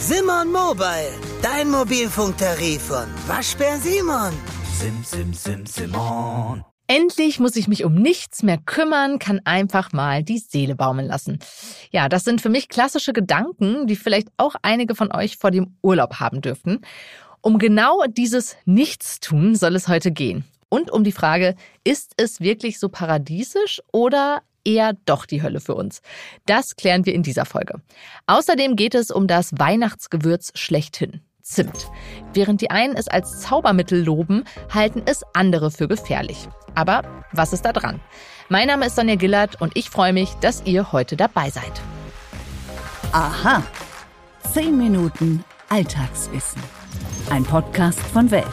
Simon Mobile, dein Mobilfunktarif von Waschbär Simon. Simon. Endlich muss ich mich um nichts mehr kümmern, kann einfach mal die Seele baumeln lassen. Ja, das sind für mich klassische Gedanken, die vielleicht auch einige von euch vor dem Urlaub haben dürften. Um genau dieses Nichtstun soll es heute gehen. Und um die Frage, ist es wirklich so paradiesisch oder eher doch die Hölle für uns? Das klären wir in dieser Folge. Außerdem geht es um das Weihnachtsgewürz schlechthin, Zimt. Während die einen es als Zaubermittel loben, halten es andere für gefährlich. Aber was ist da dran? Mein Name ist Sonja Gillert und ich freue mich, dass ihr heute dabei seid. Aha, 10 Minuten Alltagswissen. Ein Podcast von Welt.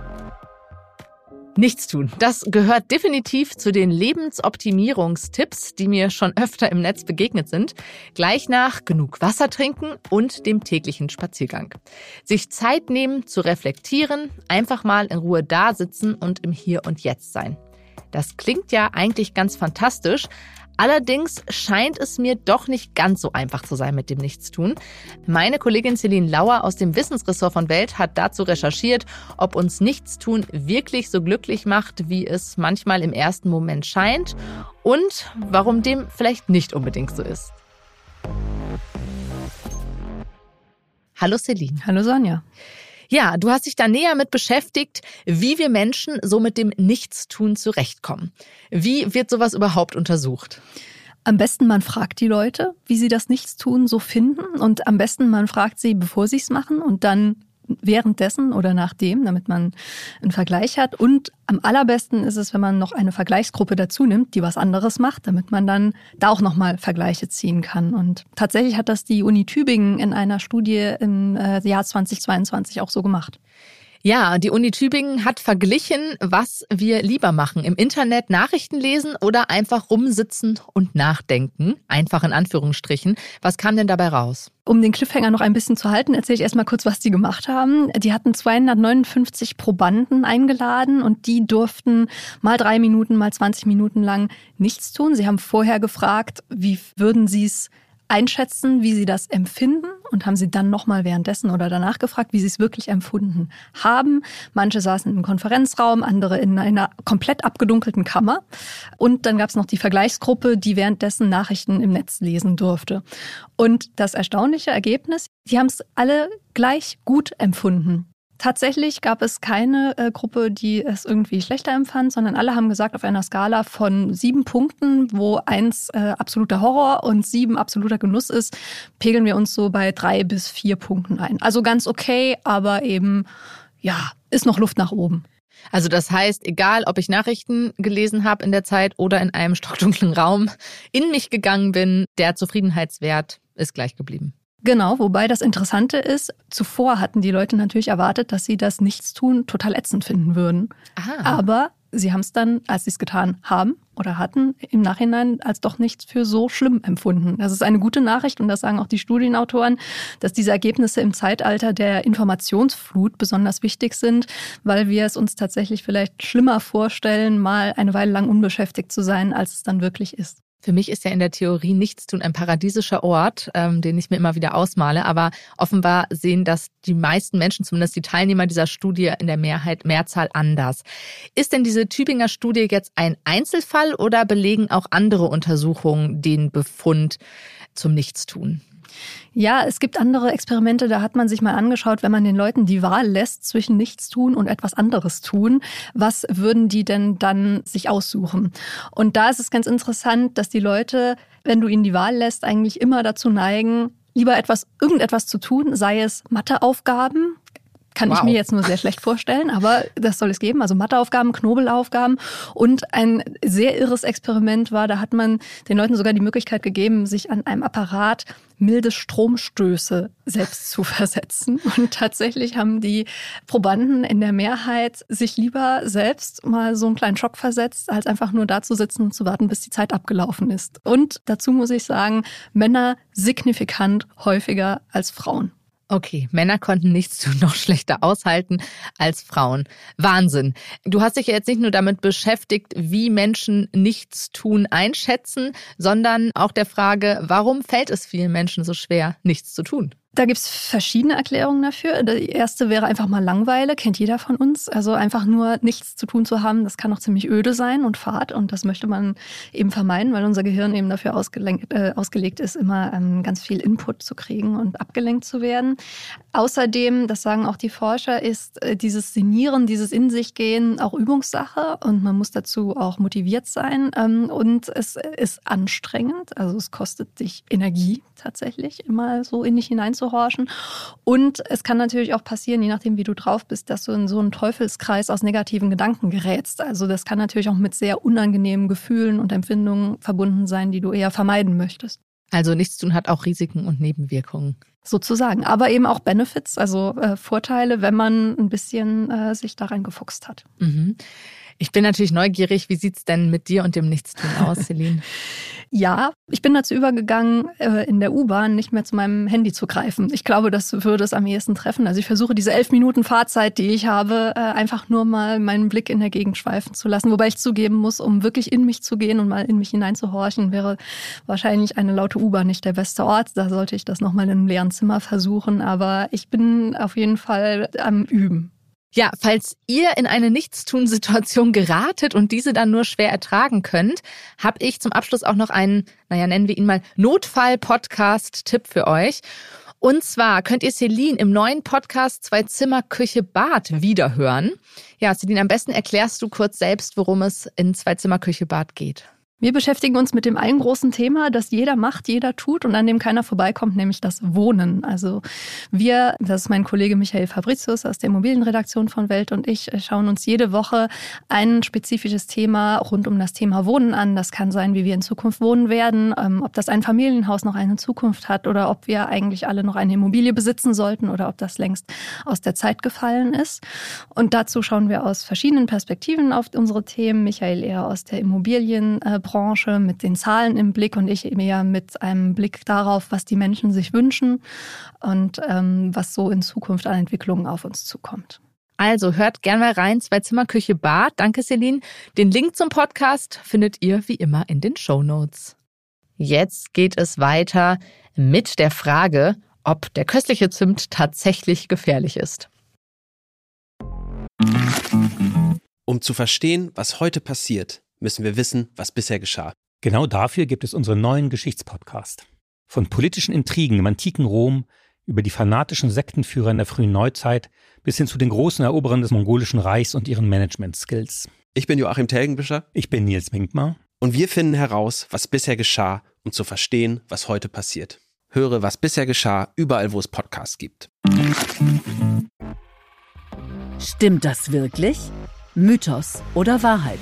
Nichtstun, das gehört definitiv zu den Lebensoptimierungstipps, die mir schon öfter im Netz begegnet sind. Gleich nach genug Wasser trinken und dem täglichen Spaziergang. Sich Zeit nehmen, zu reflektieren, einfach mal in Ruhe dasitzen und im Hier und Jetzt sein. Das klingt ja eigentlich ganz fantastisch. Allerdings scheint es mir doch nicht ganz so einfach zu sein mit dem Nichtstun. Meine Kollegin Celine Lauer aus dem Wissensressort von Welt hat dazu recherchiert, ob uns Nichtstun wirklich so glücklich macht, wie es manchmal im ersten Moment scheint und warum dem vielleicht nicht unbedingt so ist. Hallo Celine. Hallo Sonja. Ja, du hast dich da näher mit beschäftigt, wie wir Menschen so mit dem Nichtstun zurechtkommen. Wie wird sowas überhaupt untersucht? Am besten man fragt die Leute, wie sie das Nichtstun so finden. Und am besten man fragt sie, bevor sie es machen und dann währenddessen oder nachdem, damit man einen Vergleich hat. Und am allerbesten ist es, wenn man noch eine Vergleichsgruppe dazu nimmt, die was anderes macht, damit man dann da auch nochmal Vergleiche ziehen kann. Und tatsächlich hat das die Uni Tübingen in einer Studie im Jahr 2022 auch so gemacht. Ja, die Uni Tübingen hat verglichen, was wir lieber machen. Im Internet Nachrichten lesen oder einfach rumsitzen und nachdenken. Einfach in Anführungsstrichen. Was kam denn dabei raus? Um den Cliffhanger noch ein bisschen zu halten, erzähle ich erstmal kurz, was die gemacht haben. Die hatten 259 Probanden eingeladen und die durften mal 3 Minuten, mal 20 Minuten lang nichts tun. Sie haben vorher gefragt, wie würden sie es einschätzen, wie sie das empfinden und haben sie dann nochmal währenddessen oder danach gefragt, wie sie es wirklich empfunden haben. Manche saßen im Konferenzraum, andere in einer komplett abgedunkelten Kammer. Und dann gab es noch die Vergleichsgruppe, die währenddessen Nachrichten im Netz lesen durfte. Und das erstaunliche Ergebnis, die haben es alle gleich gut empfunden. Tatsächlich gab es keine Gruppe, die es irgendwie schlechter empfand, sondern alle haben gesagt, auf einer Skala von 7 Punkten, wo 1 absoluter Horror und 7 absoluter Genuss ist, pegeln wir uns so bei 3 bis 4 Punkten ein. Also ganz okay, aber eben, ja, ist noch Luft nach oben. Also das heißt, egal ob ich Nachrichten gelesen habe in der Zeit oder in einem stockdunklen Raum in mich gegangen bin, der Zufriedenheitswert ist gleich geblieben. Genau, wobei das Interessante ist, zuvor hatten die Leute natürlich erwartet, dass sie das Nichtstun total ätzend finden würden. Aha. Aber sie haben es dann, als sie es getan haben oder hatten, im Nachhinein als doch nicht für so schlimm empfunden. Das ist eine gute Nachricht und das sagen auch die Studienautoren, dass diese Ergebnisse im Zeitalter der Informationsflut besonders wichtig sind, weil wir es uns tatsächlich vielleicht schlimmer vorstellen, mal eine Weile lang unbeschäftigt zu sein, als es dann wirklich ist. Für mich ist ja in der Theorie Nichtstun ein paradiesischer Ort, den ich mir immer wieder ausmale. Aber offenbar sehen das die meisten Menschen, zumindest die Teilnehmer dieser Studie, in der Mehrzahl anders. Ist denn diese Tübinger Studie jetzt ein Einzelfall oder belegen auch andere Untersuchungen den Befund zum Nichtstun? Ja, es gibt andere Experimente, da hat man sich mal angeschaut, wenn man den Leuten die Wahl lässt zwischen Nichtstun und etwas anderes tun, was würden die denn dann sich aussuchen? Und da ist es ganz interessant, dass die Leute, wenn du ihnen die Wahl lässt, eigentlich immer dazu neigen, lieber irgendetwas zu tun, sei es Matheaufgaben. Kann ich mir jetzt nur sehr schlecht vorstellen, aber das soll es geben. Also Matheaufgaben, Knobelaufgaben. Und ein sehr irres Experiment war, da hat man den Leuten sogar die Möglichkeit gegeben, sich an einem Apparat milde Stromstöße selbst zu versetzen. Und tatsächlich haben die Probanden in der Mehrheit sich lieber selbst mal so einen kleinen Schock versetzt, als einfach nur da zu sitzen und zu warten, bis die Zeit abgelaufen ist. Und dazu muss ich sagen, Männer signifikant häufiger als Frauen. Okay, Männer konnten Nichtstun noch schlechter aushalten als Frauen. Wahnsinn. Du hast dich ja jetzt nicht nur damit beschäftigt, wie Menschen Nichtstun einschätzen, sondern auch der Frage, warum fällt es vielen Menschen so schwer, nichts zu tun? Da gibt's verschiedene Erklärungen dafür. Die erste wäre einfach mal Langeweile, kennt jeder von uns. Also einfach nur nichts zu tun zu haben, das kann auch ziemlich öde sein und fad. Und das möchte man eben vermeiden, weil unser Gehirn eben dafür ausgelegt ist, immer ganz viel Input zu kriegen und abgelenkt zu werden. Außerdem, das sagen auch die Forscher, ist dieses Sinnieren, dieses In sich gehen auch Übungssache. Und man muss dazu auch motiviert sein. Und es ist anstrengend. Also es kostet dich Energie tatsächlich, immer so in dich hineinzuhorchen. Und es kann natürlich auch passieren, je nachdem, wie du drauf bist, dass du in so einen Teufelskreis aus negativen Gedanken gerätst. Also das kann natürlich auch mit sehr unangenehmen Gefühlen und Empfindungen verbunden sein, die du eher vermeiden möchtest. Also Nichtstun hat auch Risiken und Nebenwirkungen. Sozusagen, aber eben auch Benefits, also Vorteile, wenn man ein bisschen sich da reingefuchst hat. Mhm. Ich bin natürlich neugierig, wie sieht's denn mit dir und dem Nichtstun aus, Celine? Ja, ich bin dazu übergegangen, in der U-Bahn nicht mehr zu meinem Handy zu greifen. Ich glaube, das würde es am ehesten treffen. Also ich versuche diese 11 Minuten Fahrzeit, die ich habe, einfach nur mal meinen Blick in der Gegend schweifen zu lassen. Wobei ich zugeben muss, um wirklich in mich zu gehen und mal in mich hineinzuhorchen, wäre wahrscheinlich eine laute U-Bahn nicht der beste Ort. Da sollte ich das nochmal in einem leeren Zimmer versuchen. Aber ich bin auf jeden Fall am Üben. Ja, falls ihr in eine Nichtstun-Situation geratet und diese dann nur schwer ertragen könnt, habe ich zum Abschluss auch noch einen, nennen wir ihn mal, Notfall-Podcast-Tipp für euch. Und zwar könnt ihr Celine im neuen Podcast 2 Zimmer, Küche, Bad wiederhören. Ja, Celine, am besten erklärst du kurz selbst, worum es in 2 Zimmer, Küche, Bad geht. Wir beschäftigen uns mit dem einen großen Thema, das jeder macht, jeder tut und an dem keiner vorbeikommt, nämlich das Wohnen. Also das ist mein Kollege Michael Fabricius aus der Immobilienredaktion von Welt und ich, schauen uns jede Woche ein spezifisches Thema rund um das Thema Wohnen an. Das kann sein, wie wir in Zukunft wohnen werden, ob das Einfamilienhaus noch eine Zukunft hat oder ob wir eigentlich alle noch eine Immobilie besitzen sollten oder ob das längst aus der Zeit gefallen ist. Und dazu schauen wir aus verschiedenen Perspektiven auf unsere Themen. Michael eher aus der Immobilienbranche mit den Zahlen im Blick und ich eher mit einem Blick darauf, was die Menschen sich wünschen und was so in Zukunft an Entwicklungen auf uns zukommt. Also hört gerne mal rein, 2 Zimmer, Küche, Bad. Danke, Celine. Den Link zum Podcast findet ihr wie immer in den Shownotes. Jetzt geht es weiter mit der Frage, ob der köstliche Zimt tatsächlich gefährlich ist. Um zu verstehen, was heute passiert, müssen wir wissen, was bisher geschah. Genau dafür gibt es unseren neuen Geschichtspodcast. Von politischen Intrigen im antiken Rom über die fanatischen Sektenführer in der frühen Neuzeit bis hin zu den großen Eroberern des mongolischen Reichs und ihren Management-Skills. Ich bin Joachim Telgenbischer. Ich bin Nils Winkmar. Und wir finden heraus, was bisher geschah, um zu verstehen, was heute passiert. Höre, was bisher geschah, überall, wo es Podcasts gibt. Stimmt das wirklich? Mythos oder Wahrheit?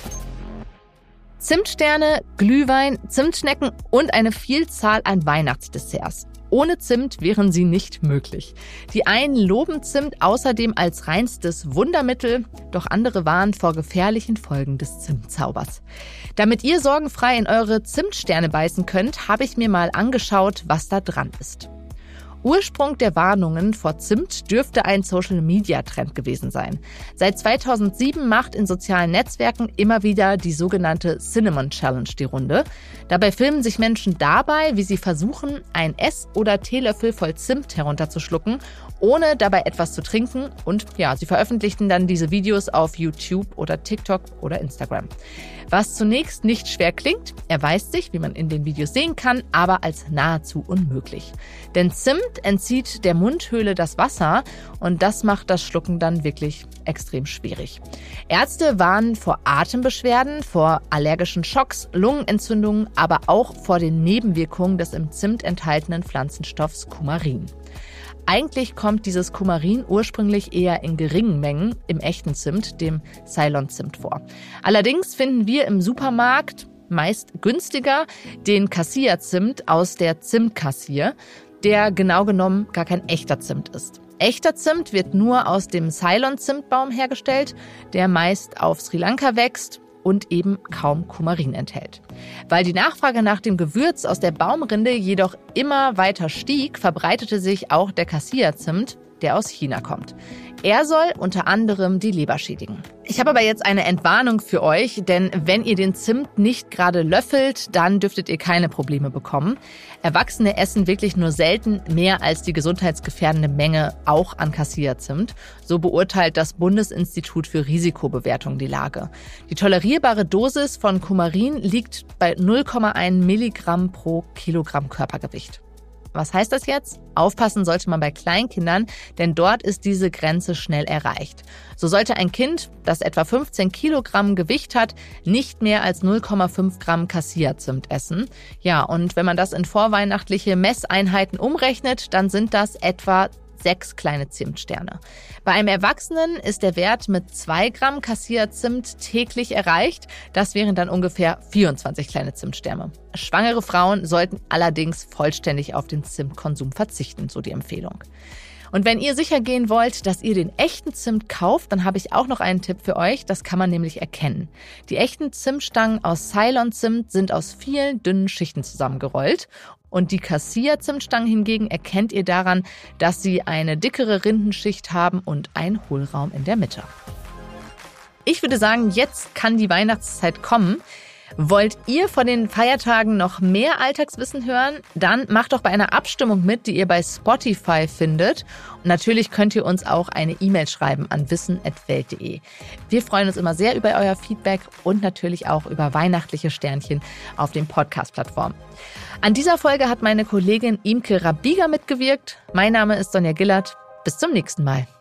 Zimtsterne, Glühwein, Zimtschnecken und eine Vielzahl an Weihnachtsdesserts. Ohne Zimt wären sie nicht möglich. Die einen loben Zimt außerdem als reinstes Wundermittel, doch andere warnen vor gefährlichen Folgen des Zimtzaubers. Damit ihr sorgenfrei in eure Zimtsterne beißen könnt, habe ich mir mal angeschaut, was da dran ist. Ursprung der Warnungen vor Zimt dürfte ein Social-Media-Trend gewesen sein. Seit 2007 macht in sozialen Netzwerken immer wieder die sogenannte Cinnamon Challenge die Runde. Dabei filmen sich Menschen dabei, wie sie versuchen, ein Ess- oder Teelöffel voll Zimt herunterzuschlucken, ohne dabei etwas zu trinken. Und ja, sie veröffentlichten dann diese Videos auf YouTube oder TikTok oder Instagram. Was zunächst nicht schwer klingt, erweist sich, wie man in den Videos sehen kann, aber als nahezu unmöglich. Denn Zimt entzieht der Mundhöhle das Wasser und das macht das Schlucken dann wirklich extrem schwierig. Ärzte warnen vor Atembeschwerden, vor allergischen Schocks, Lungenentzündungen, aber auch vor den Nebenwirkungen des im Zimt enthaltenen Pflanzenstoffs Kumarin. Eigentlich kommt dieses Kumarin ursprünglich eher in geringen Mengen im echten Zimt, dem Ceylon-Zimt, vor. Allerdings finden wir im Supermarkt meist günstiger den Cassia-Zimt aus der Zimtkassier, der genau genommen gar kein echter Zimt ist. Echter Zimt wird nur aus dem Ceylon-Zimtbaum hergestellt, der meist auf Sri Lanka wächst und eben kaum Kumarin enthält. Weil die Nachfrage nach dem Gewürz aus der Baumrinde jedoch immer weiter stieg, verbreitete sich auch der Cassia-Zimt, der aus China kommt. Er soll unter anderem die Leber schädigen. Ich habe aber jetzt eine Entwarnung für euch, denn wenn ihr den Zimt nicht gerade löffelt, dann dürftet ihr keine Probleme bekommen. Erwachsene essen wirklich nur selten mehr als die gesundheitsgefährdende Menge auch an Cassia-Zimt. So beurteilt das Bundesinstitut für Risikobewertung die Lage. Die tolerierbare Dosis von Kumarin liegt bei 0,1 Milligramm pro Kilogramm Körpergewicht. Was heißt das jetzt? Aufpassen sollte man bei Kleinkindern, denn dort ist diese Grenze schnell erreicht. So sollte ein Kind, das etwa 15 Kilogramm Gewicht hat, nicht mehr als 0,5 Gramm Cassia-Zimt essen. Ja, und wenn man das in vorweihnachtliche Messeinheiten umrechnet, dann sind das etwa 6 kleine Zimtsterne. Bei einem Erwachsenen ist der Wert mit 2 Gramm Cassia-Zimt täglich erreicht. Das wären dann ungefähr 24 kleine Zimtsterne. Schwangere Frauen sollten allerdings vollständig auf den Zimtkonsum verzichten, so die Empfehlung. Und wenn ihr sicher gehen wollt, dass ihr den echten Zimt kauft, dann habe ich auch noch einen Tipp für euch. Das kann man nämlich erkennen. Die echten Zimtstangen aus Ceylon-Zimt sind aus vielen dünnen Schichten zusammengerollt. Und die Cassia-Zimtstangen hingegen erkennt ihr daran, dass sie eine dickere Rindenschicht haben und einen Hohlraum in der Mitte. Ich würde sagen, jetzt kann die Weihnachtszeit kommen. Wollt ihr vor den Feiertagen noch mehr Alltagswissen hören? Dann macht doch bei einer Abstimmung mit, die ihr bei Spotify findet. Und natürlich könnt ihr uns auch eine E-Mail schreiben an wissen@welt.de. Wir freuen uns immer sehr über euer Feedback und natürlich auch über weihnachtliche Sternchen auf den Podcast-Plattformen. An dieser Folge hat meine Kollegin Imke Rabiger mitgewirkt. Mein Name ist Sonja Gillert. Bis zum nächsten Mal.